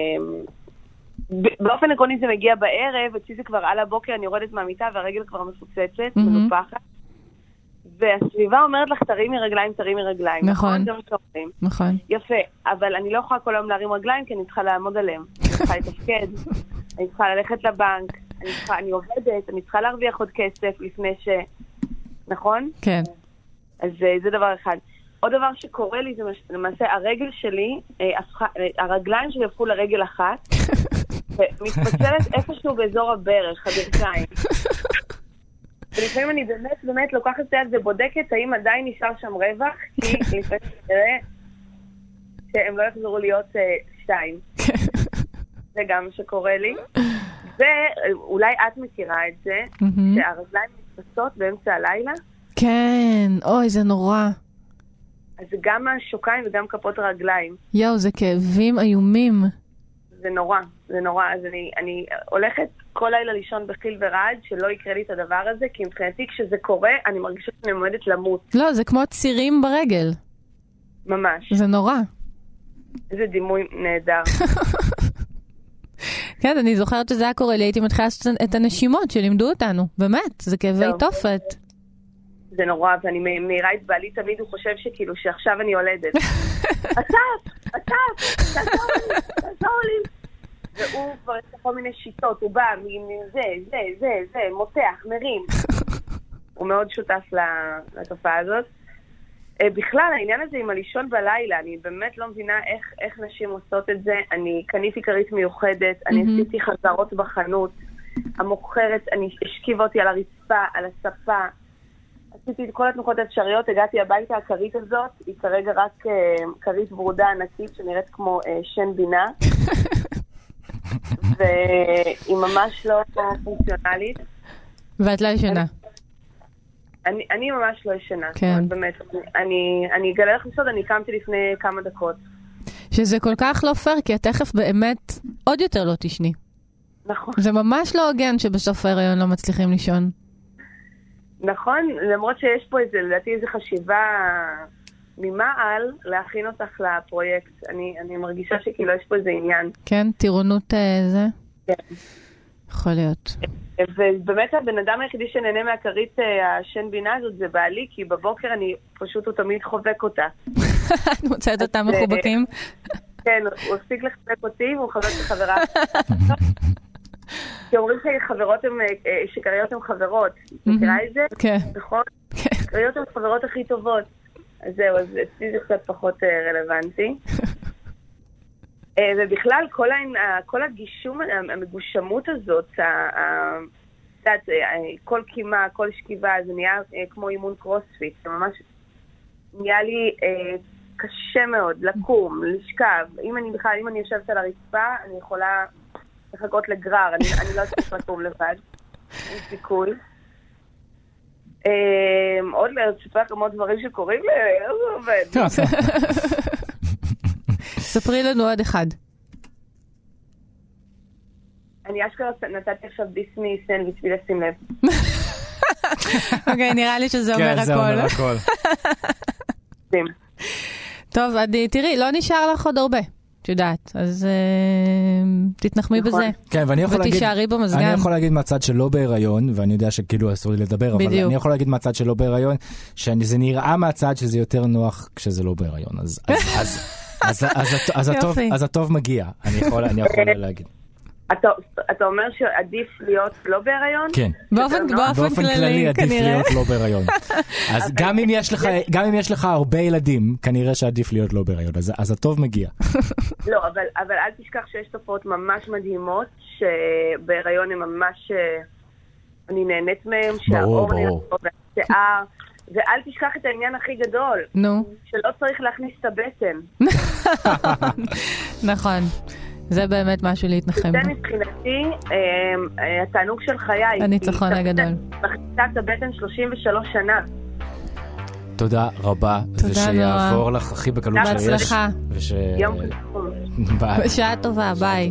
באופן עקרוני זה מגיע בערב, אצלי זה כבר על הבוקר, אני יורדת מהמיטה והרגל כבר מפוצצת, מנופחת. והסביבה אומרת לך, תרימי רגליים, תרימי רגליים. נכון. נכון. יפה, אבל אני לא יכולה כל היום להרים רגליים, כי אני צריכה לעמוד עליהם. אני צריכה לתפקד, אני צריכה ללכת לבנק, אני צריכה, אני עובדת, אני צריכה להרוויח עוד כסף לפני ש... נכון? כן. אז זה דבר אחד. עוד דבר שקורה לי, זה למעשה הרגל שלי, הרגליים שלי הפכו לרגל אחת, ומתפצלת איפשהו באזור הברך, הברכיים. ולפעמים אני באמת באמת לוקחת את זה ובודקת האם עדיין נשאר שם רווח, כי לפעמים נראה שהם לא יחזרו להיות שתיים. זה גם שקורה לי. ואולי את מכירה את זה, שהרגליים מתפצות באמצע הלילה. כן, אוי, זה נורא. אז זה גם השוקיים וגם כפות רגליים. יאו, זה כאבים איומים. זה נורא, זה נורא. אז אני, אני הולכת כל לילה לישון בחיל ורעד, שלא יקרה לי את הדבר הזה, כי מבחינתי כשזה קורה, אני מרגישה שאני עומדת למות. לא, זה כמו צירים ברגל. ממש. זה נורא. איזה דימוי נהדר. כן, אני זוכרת שזה היה קורה לי, הייתי מתחילה את הנשימות שלימדו אותנו. באמת, זה כאבי תופת. זה נורא, ואני מהירה את בעלי תמיד, הוא חושב שכאילו שעכשיו אני יולדת. אסף, אסף, תעזור לי, תעזור לי. והוא כבר יש כל מיני שיטות, הוא בא מזה, זה, זה, זה, מותח, מרים. הוא מאוד שותף לתופעה הזאת. בכלל, העניין הזה עם הלישון בלילה, אני באמת לא מבינה איך, איך נשים עושות את זה. אני קניתי כרית מיוחדת, אני עשיתי חזרות בחנות, המוכרת, אני השכיבה אותי על הרצפה, על הספה, עשיתי את כל התנוחות האפשריות, הגעתי הביתה, הכרית הזאת, היא כרגע רק כרית ברודה ענקית שנראית כמו שן בינה, והיא ממש לא פונקציונלית. ואת לא ישנה. אני, אני ממש לא ישנה. כן. באמת, אני, אני אגלה לך לסוד, אני קמתי לפני כמה דקות. שזה כל כך לא פייר, כי את תכף באמת עוד יותר לא תשני. נכון. זה ממש לא הוגן שבסוף ההיריון לא מצליחים לישון. נכון, למרות שיש פה איזה, לדעתי איזו חשיבה ממעל להכין אותך לפרויקט. אני, אני מרגישה שכאילו יש פה איזה עניין. כן, טירונות זה? כן. יכול להיות. ובאמת הבן אדם היחידי שנהנה מהכרית השן בינה הזאת זה בעלי, כי בבוקר אני פשוט, הוא תמיד חובק אותה. את מוצאת אותם מחובקים? כן, הוא הפסיק לחבק אותי והוא חובק לחברה. כי אומרים שחברות הן, שכריות הן חברות. מכירה את זה? כן. נכון? כריות הן חברות הכי טובות. אז זהו, אז אצלי זה קצת פחות רלוונטי. ובכלל, כל, כל הגישום, המגושמות הזאת, כל קימה, כל שכיבה, זה נהיה כמו אימון קרוספיט. זה ממש נהיה לי קשה מאוד לקום, לשכב. אם אני בכלל, אם אני יושבת על הרצפה, אני יכולה לחכות לגרר. אני, אני לא צריך לקום לבד. אין סיכוי. עוד לספר כמה דברים שקורים לי, איך זה עובד? ספרי לנו עוד אחד. אני אשכרה נתתי עכשיו דיסני סנדוויץ' בלי לשים לב. אוקיי, נראה לי שזה אומר הכל. כן, זה אומר הכל. טוב, תראי, לא נשאר לך עוד הרבה. את יודעת, אז תתנחמי בזה. כן, ואני יכול להגיד, ותישארי במזגן. אני יכול להגיד מהצד שלא בהיריון, ואני יודע שכאילו אסור לי לדבר, אבל אני יכול להגיד מהצד שלא בהיריון, שזה נראה מהצד שזה יותר נוח כשזה לא בהיריון. אז הטוב מגיע, אני יכול להגיד. אתה אומר שעדיף להיות לא בהיריון? כן. באופן כללי, עדיף להיות לא בהיריון. אז גם אם יש לך הרבה ילדים, כנראה שעדיף להיות לא בהיריון, אז הטוב מגיע. לא, אבל אל תשכח שיש תופעות ממש מדהימות, שבהיריון הם ממש, אני נהנית מהם, שהאור נראה והשיער, ואל תשכח את העניין הכי גדול. נו. שלא צריך להכניס את הבטן. נכון. זה באמת משהו להתנחם בו. זה מבחינתי, התענוג של חיי. הניצחון הגדול. מכניסה את הבטן שלושים ושלוש שנה. תודה רבה. תודה נורא. ושיעבור לך הכי בקלות שיש. בהצלחה. יום כתוב. בשעה טובה, ביי.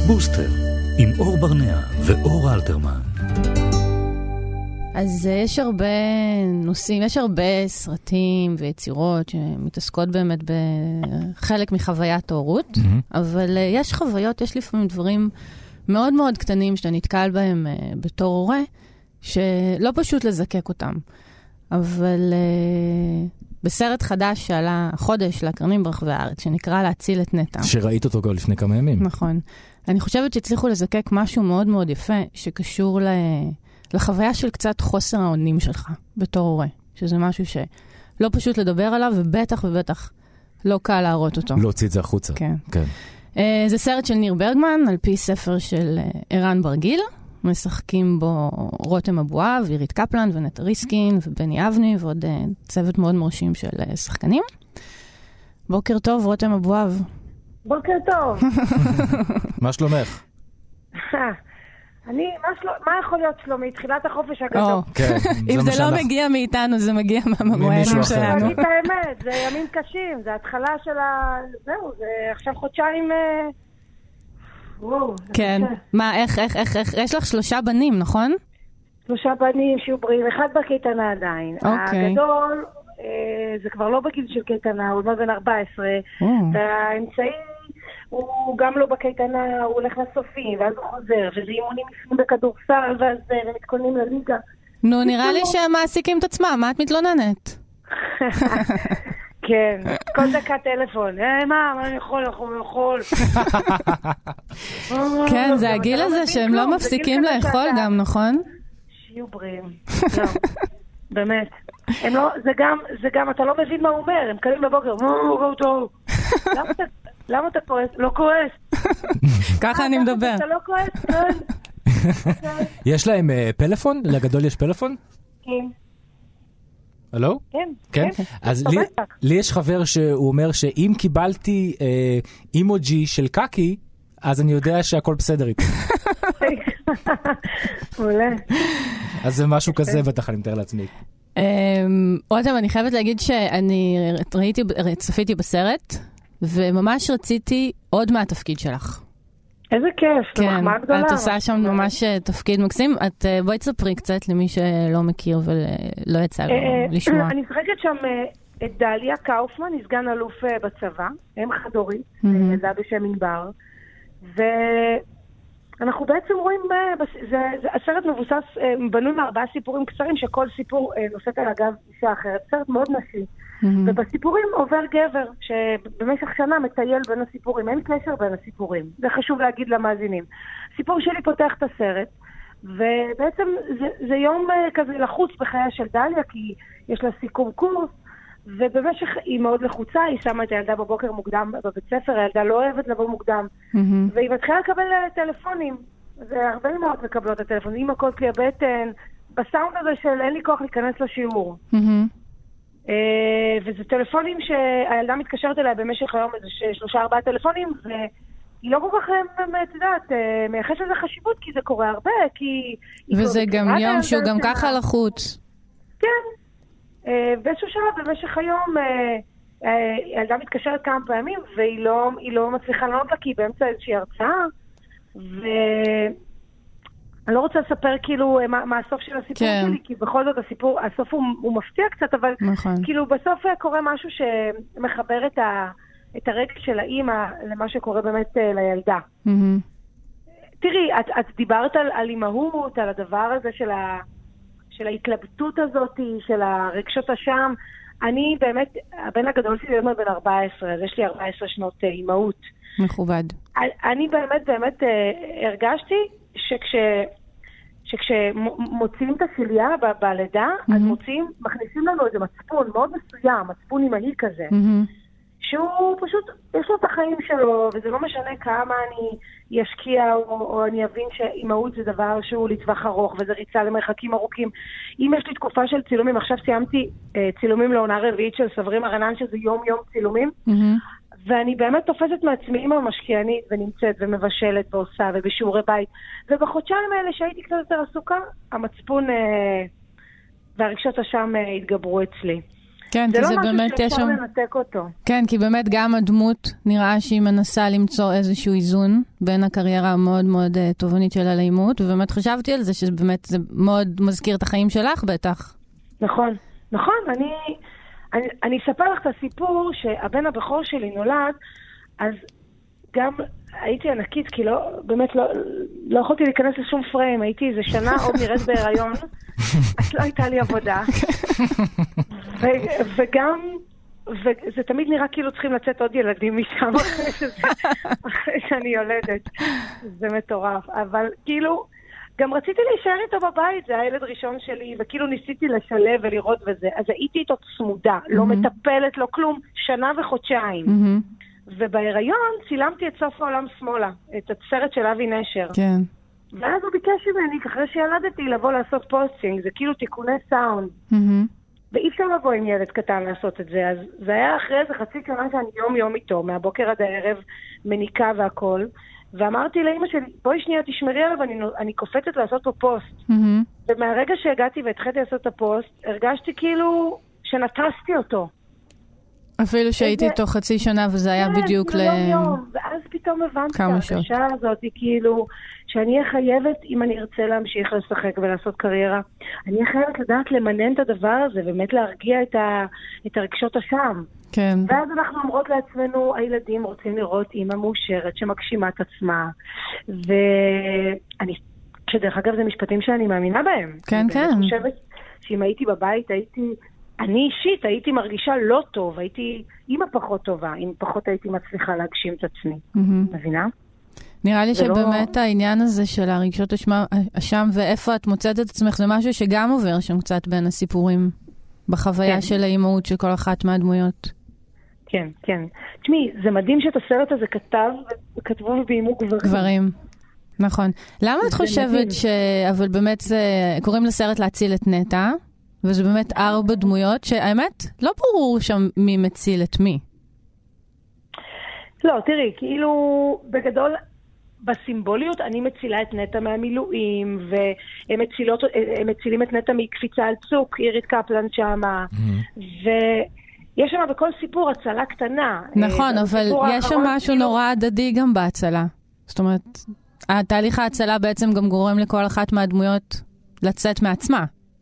בוסטר, עם אור ברנע ואור אלתרמן. אז יש הרבה נושאים, יש הרבה סרטים ויצירות שמתעסקות באמת בחלק מחוויית ההורות, mm-hmm. אבל יש חוויות, יש לפעמים דברים מאוד מאוד קטנים שאתה נתקל בהם בתור הורה, שלא פשוט לזקק אותם. אבל בסרט חדש שעלה חודש להקרנים ברחבי הארץ, שנקרא להציל את נטע. שראית אותו כבר לפני כמה ימים. נכון. אני חושבת שהצליחו לזקק משהו מאוד מאוד יפה, שקשור ל... לחוויה של קצת חוסר האונים שלך בתור הורה. שזה משהו שלא פשוט לדבר עליו, ובטח ובטח לא קל להראות אותו. להוציא את זה החוצה. כן. כן. Uh, זה סרט של ניר ברגמן, על פי ספר של uh, ערן ברגיל. משחקים בו רותם אבואב, עירית קפלן ונטע ריסקין ובני אבני, ועוד uh, צוות מאוד מרשים של uh, שחקנים. בוקר טוב, רותם אבואב. בוקר טוב. מה שלומך? אני, מה, של... מה יכול להיות שלומי? תחילת החופש הגדול. Oh, כן, אם זה, זה לא מגיע מאיתנו, זה מגיע מהממוענים שלנו. אני את האמת, זה ימים קשים, זה התחלה של ה... זהו, זה עכשיו חודשיים... וואו, כן, מה, איך, איך, איך, איך, יש לך שלושה בנים, נכון? שלושה בנים שיהיו בריאים, אחד בקייטנה עדיין. אוקיי. הגדול, אה, זה כבר לא בגיל של קייטנה, הוא עוד בן ארבע עשרה, oh. והאמצעי... הוא גם לא בקייטנה, הוא הולך לסופים, ואז הוא חוזר, וזה אימונים לפנים בכדורסל, ואז הם מתכוננים לליגה. נו, נראה לי שהם מעסיקים את עצמם, מה את מתלוננת? כן, כל דקה טלפון, אה, מה, מה אני יכול, אני יכול. כן, זה הגיל הזה שהם לא מפסיקים לאכול גם, נכון? שיהיו בריאים. לא, באמת. זה גם, אתה לא מבין מה הוא אומר, הם קלים בבוקר, מו, טוב. למה אתה... למה אתה כועס? לא כועס. ככה אני מדבר. אתה לא כועס? כן. יש להם פלאפון? לגדול יש פלאפון? כן. הלו? כן. כן? אז לי יש חבר שהוא אומר שאם קיבלתי אימוג'י של קאקי, אז אני יודע שהכל בסדר איתי. מעולה. אז זה משהו כזה בטח, אני מתאר לעצמי. רותם, אני חייבת להגיד שאני ראיתי, צפיתי בסרט, וממש רציתי עוד מהתפקיד שלך. איזה כיף, כן, מחמאה גדולה. את עושה שם ממש תפקיד מקסים. את בואי תספרי קצת למי שלא מכיר ולא יצא לו לשמוע. אני משחקת שם את דליה קאופמן, היא סגן אלוף בצבא, אם חד-הורית, ילדה בשם ענבר, ואנחנו בעצם רואים, הסרט מבוסס, בנוי מארבעה סיפורים קצרים, שכל סיפור נושאת על הגב אישה אחרת, סרט מאוד נשי. ובסיפורים עובר גבר שבמשך שנה מטייל בין הסיפורים, אין קשר בין הסיפורים, זה חשוב להגיד למאזינים. הסיפור שלי פותח את הסרט, ובעצם זה, זה יום כזה לחוץ בחייה של דליה, כי יש לה סיכום קורס, ובמשך היא מאוד לחוצה, היא שמה את הילדה בבוקר מוקדם בבית ספר, הילדה לא אוהבת לבוא מוקדם, והיא מתחילה לקבל טלפונים, זה הרבה אמהות מקבלות את הטלפון, אמא קולט לי הבטן, בסאונד הזה של אין לי כוח להיכנס לשיעור. וזה טלפונים שהילדה מתקשרת אליה במשך היום, איזה שלושה ארבעה טלפונים, והיא לא כל כך, את יודעת, מייחס לזה חשיבות, כי זה קורה הרבה, כי... וזה גם יום שהוא גם ככה לחוץ. כן. באיזשהו שלב, במשך היום, הילדה מתקשרת כמה פעמים, והיא לא מצליחה לענות לה, כי היא באמצע איזושהי הרצאה, ו... אני לא רוצה לספר כאילו מה, מה הסוף של הסיפור כן. שלי, כי בכל זאת הסיפור, הסוף הוא, הוא מפתיע קצת, אבל נכון. כאילו בסוף קורה משהו שמחבר את, ה, את הרגע של האמא למה שקורה באמת לילדה. Mm-hmm. תראי, את, את דיברת על, על אימהות, על הדבר הזה של, ה, של ההתלבטות הזאת, של הרגשות השם. אני באמת, הבן הגדול שלי באמת בן ארבע עשרה, אז יש לי ארבע עשרה שנות אימהות. מכובד. אני באמת באמת הרגשתי שכש... שכשמוצאים את השליה ב- בלידה, mm-hmm. אז מוצאים, מכניסים לנו איזה מצפון מאוד מסוים, מצפון אימהי כזה, mm-hmm. שהוא פשוט, יש לו את החיים שלו, וזה לא משנה כמה אני ישקיע, או, או אני אבין שאימהות זה דבר שהוא לטווח ארוך, וזה ריצה למרחקים ארוכים. אם יש לי תקופה של צילומים, עכשיו סיימתי אה, צילומים לעונה רביעית של סברים הרנן, שזה יום יום צילומים, mm-hmm. ואני באמת תופסת מעצמי אימא משקיענית ונמצאת ומבשלת ועושה ובשיעורי בית. ובחודשיים האלה שהייתי קצת יותר עסוקה, המצפון אה, והרגשות השם אה, התגברו אצלי. כן, כן, כי זה זה לא באמת משהו יש שאפשר שם... לנתק אותו. כן, כי באמת גם הדמות נראה שהיא מנסה למצוא איזשהו איזון בין הקריירה המאוד מאוד uh, תובענית שלה לאימות, ובאמת חשבתי על זה שבאמת זה מאוד מזכיר את החיים שלך בטח. נכון, נכון, אני, אני, אני אספר לך את הסיפור שהבן הבכור שלי נולד, אז גם הייתי ענקית, כי לא, באמת לא, לא יכולתי להיכנס לשום פריים, הייתי איזה שנה עוד נראית בהיריון, אז לא הייתה לי עבודה. ו, וגם, וזה תמיד נראה כאילו צריכים לצאת עוד ילדים משם אחרי, שזה, אחרי שאני יולדת. זה מטורף, אבל כאילו, גם רציתי להישאר איתו בבית, זה הילד ראשון שלי, וכאילו ניסיתי לשלב ולראות וזה, אז הייתי איתו צמודה, לא מטפלת, לא כלום, שנה וחודשיים. ובהיריון צילמתי את סוף העולם שמאלה, את הסרט של אבי נשר. כן. ואז הוא ביקש ממני, אחרי שילדתי, לבוא לעשות פוסטינג, זה כאילו תיקוני סאונד. ואי אפשר לבוא עם ילד קטן לעשות את זה, אז זה היה אחרי איזה חצי שנה שאני יום יום איתו, מהבוקר עד הערב, מניקה והכל, ואמרתי לאמא שלי, בואי שנייה תשמרי עליו, אני, אני קופצת לעשות פה פוסט. ומהרגע שהגעתי והתחלתי לעשות את הפוסט, הרגשתי כאילו שנטסתי אותו. אפילו שהייתי איתו חצי שנה, וזה היה בדיוק ל... ואז פתאום הבנתי את ההרגשה הזאת, כאילו, שאני אהיה חייבת, אם אני ארצה להמשיך לשחק ולעשות קריירה, אני אהיה חייבת לדעת למנן את הדבר הזה, ובאמת להרגיע את, ה... את הרגשות השם. כן. ואז אנחנו אומרות לעצמנו, הילדים רוצים לראות אימא מאושרת, שמגשימה את עצמה, ואני, שדרך אגב, זה משפטים שאני מאמינה בהם. כן, כן. אני חושבת שאם הייתי בבית, הייתי... אני אישית הייתי מרגישה לא טוב, הייתי אימא פחות טובה, אם פחות הייתי מצליחה להגשים את עצמי. מבינה? נראה לי שבאמת העניין הזה של הרגשות אשם ואיפה את מוצאת את עצמך, זה משהו שגם עובר שם קצת בין הסיפורים, בחוויה של האימהות של כל אחת מהדמויות. כן, כן. תשמעי, זה מדהים שאת הסרט הזה כתב, וכתבו וביימו גברים. גברים, נכון. למה את חושבת ש... אבל באמת קוראים לסרט להציל את נטע, וזה באמת ארבע דמויות, שהאמת לא ברור שם מי מציל את מי. לא, תראי, כאילו בגדול, בסימבוליות אני מצילה את נטע מהמילואים, והם מצילות, הם מצילים את נטע מקפיצה על צוק, אירית קפלן שמה, ויש שם בכל סיפור הצלה קטנה. נכון, אבל יש שם משהו נורא הדדי גם בהצלה. זאת אומרת, התהליך ההצלה בעצם גם גורם לכל אחת מהדמויות לצאת מעצמה.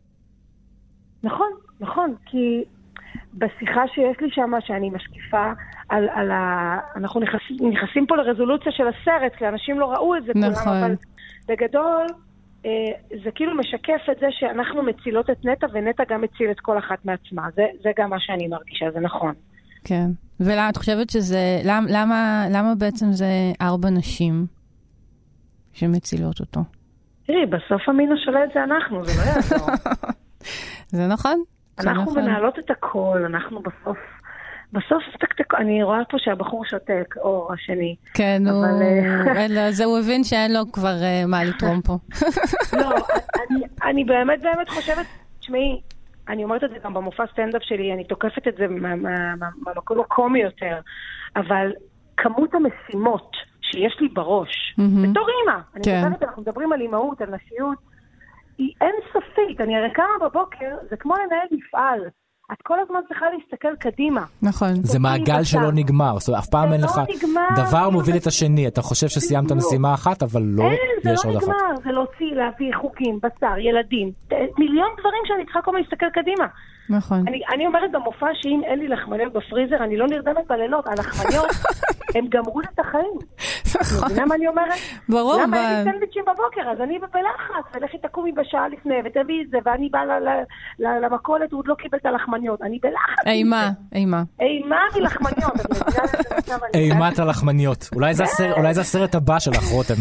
נכון, נכון, כי בשיחה שיש לי שם, שאני משקיפה על, על ה... אנחנו נכנסים, נכנסים פה לרזולוציה של הסרט, כי אנשים לא ראו את זה נכון. כולם, אבל בגדול אה, זה כאילו משקף את זה שאנחנו מצילות את נטע, ונטע גם מציל את כל אחת מעצמה. זה, זה גם מה שאני מרגישה, זה נכון. כן, ולמה את חושבת שזה... למה, למה, למה בעצם זה ארבע נשים שמצילות אותו? תראי, בסוף המין השולט זה אנחנו, זה לא יעזור. זה נכון. אנחנו מנהלות את הכל, אנחנו בסוף, בסוף תקתק, אני רואה פה שהבחור שותק, או השני. כן, הוא הבין שאין לו כבר מה לתרום פה. לא, אני באמת באמת חושבת, תשמעי, אני אומרת את זה גם במופע סטנדאפ שלי, אני תוקפת את זה מהמקום הקומי יותר, אבל כמות המשימות שיש לי בראש, בתור אימא, אני מדברת, אנחנו מדברים על אימהות, על נשיות, היא אין סופית. אני הרי קמה בבוקר, זה כמו לנהל מפעל. את כל הזמן צריכה להסתכל קדימה. נכון. זה מעגל שלא נגמר. זאת אומרת, אף פעם אין לך דבר מוביל את השני. אתה חושב שסיימת משימה אחת, אבל לא, יש עוד אחת. זה לא נגמר. זה להוציא, להביא חוקים, בשר, ילדים. מיליון דברים שאני צריכה כל הזמן להסתכל קדימה. נכון. אני, אני אומרת במופע שאם אין לי לחמניות בפריזר, אני לא נרדמת בלילות. הלחמניות, הם גמרו את החיים. נכון. למה אני אומרת? ברור. למה אין לי סנדוויצ'ים בבוקר? אז אני בלחץ, ולכי תקומי בשעה לפני, ותביא את זה, ואני באה למכולת, הוא עוד לא קיבל את הלחמניות. אני בלחץ. אימה, אימה. אימה מלחמניות. אימת הלחמניות. אולי זה הסרט הבא שלך, רותם.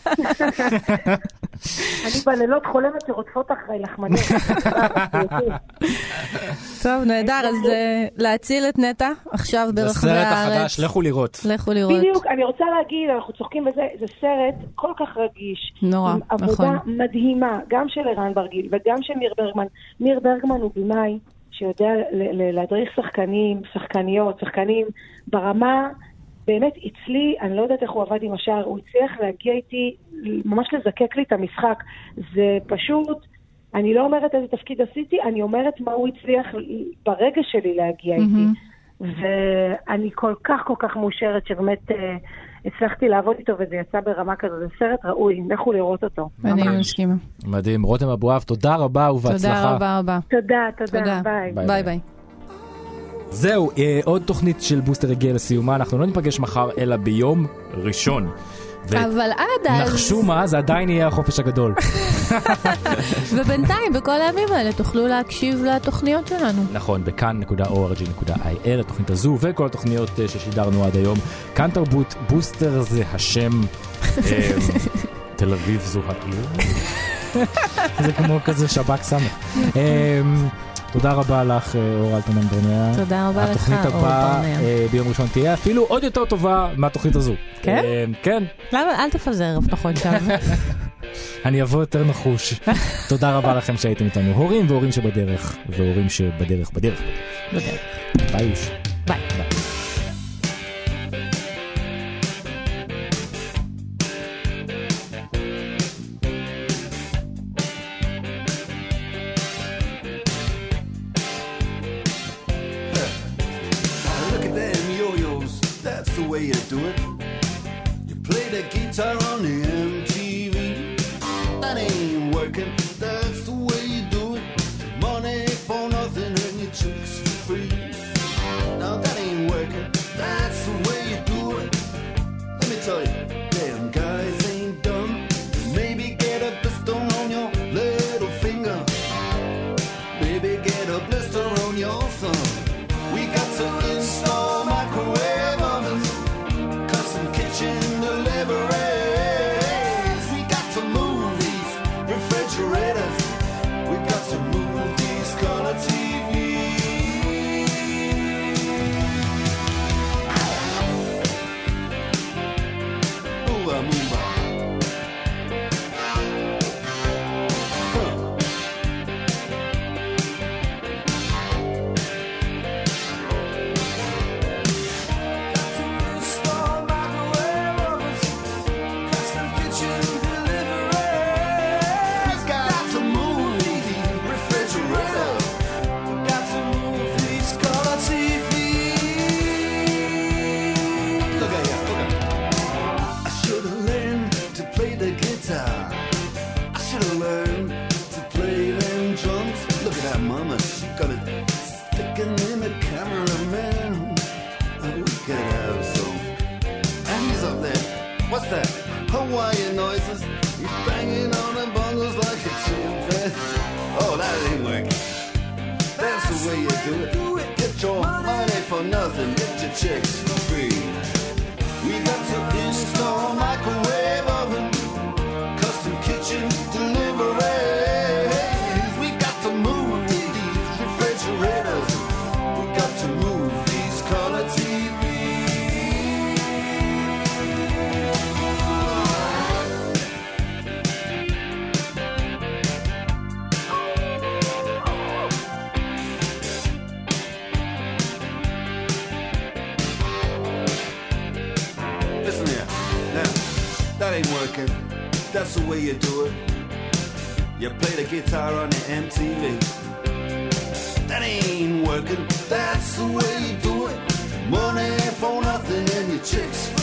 אני בלילות חולמת שרודפות אחרי לחמניות. טוב, נהדר, אז להציל את נטע עכשיו ברחבי הארץ. זה סרט החדש, לכו לראות. לכו לראות. בדיוק, אני רוצה להגיד, אנחנו צוחקים בזה, זה סרט כל כך רגיש. נורא, נכון. עבודה מדהימה, גם של ערן ברגיל וגם של ניר ברגמן. ניר ברגמן הוא בימאי שיודע להדריך שחקנים, שחקניות, שחקנים ברמה, באמת אצלי, אני לא יודעת איך הוא עבד עם השאר, הוא הצליח להגיע איתי, ממש לזקק לי את המשחק. זה פשוט... אני לא אומרת איזה תפקיד עשיתי, אני אומרת מה הוא הצליח ברגע שלי להגיע איתי. ואני כל כך כל כך מאושרת שבאמת אה, הצלחתי לעבוד איתו וזה יצא ברמה כזו. זה סרט ראוי, לכו לראות אותו. אני מסכימה. מדהים. רותם אבואב, תודה רבה ובהצלחה. תודה רבה רבה. תודה, תודה, ביי. ביי ביי. זהו, אה, עוד תוכנית של בוסטר הגיעה לסיומה. אנחנו לא ניפגש מחר אלא ביום ראשון. אבל עד אז... נחשו מה, זה עדיין יהיה החופש הגדול. ובינתיים, בכל הימים האלה, תוכלו להקשיב לתוכניות שלנו. נכון, בכאן נקודה או אר ג'י נקודה איי אל, התוכנית הזו, וכל התוכניות ששידרנו עד היום. כאן תרבות, בוסטר זה השם, תל אביב זו העיר. זה כמו כזה שבק סמך. תודה רבה לך, אור אלטמן ברנע. תודה רבה לך, התוכנית הבאה ביום ראשון תהיה אפילו עוד יותר טובה מהתוכנית הזו. כן? כן. למה? אל תפזר הבטחות שם. אני אבוא יותר נחוש. תודה רבה לכם שהייתם איתנו. הורים והורים שבדרך, והורים שבדרך בדרך. בדרך. ביי יוש. ביי. ביי. You do it. You play the guitar on the M T V. That ain't working. That's the way you do it. Money for nothing and your chicks for free. Now that ain't working. That's the way you do it. Let me tell you, damn guys ain't dumb. Maybe get a blister on your little finger. Maybe get a blister on your thumb. We got to install microwave ovens. Kitchen deliveries. We got to move these refrigerators. We got to move these color T Vs. Ooh, I'm moving. What's that? Hawaiian noises. He's banging on the bongos like a chimpanzee. Oh, that ain't working. That's the way you do it. Get your money for nothing. Get your chicks for free. We got to install microwave oven, custom kitchen deliveries. We got to move these refrigerators. We got to move these color T Vs. That ain't working. That's the way you do it. You play the guitar on the M T V. That ain't working. That's the way you do it. Money for nothing and your chicks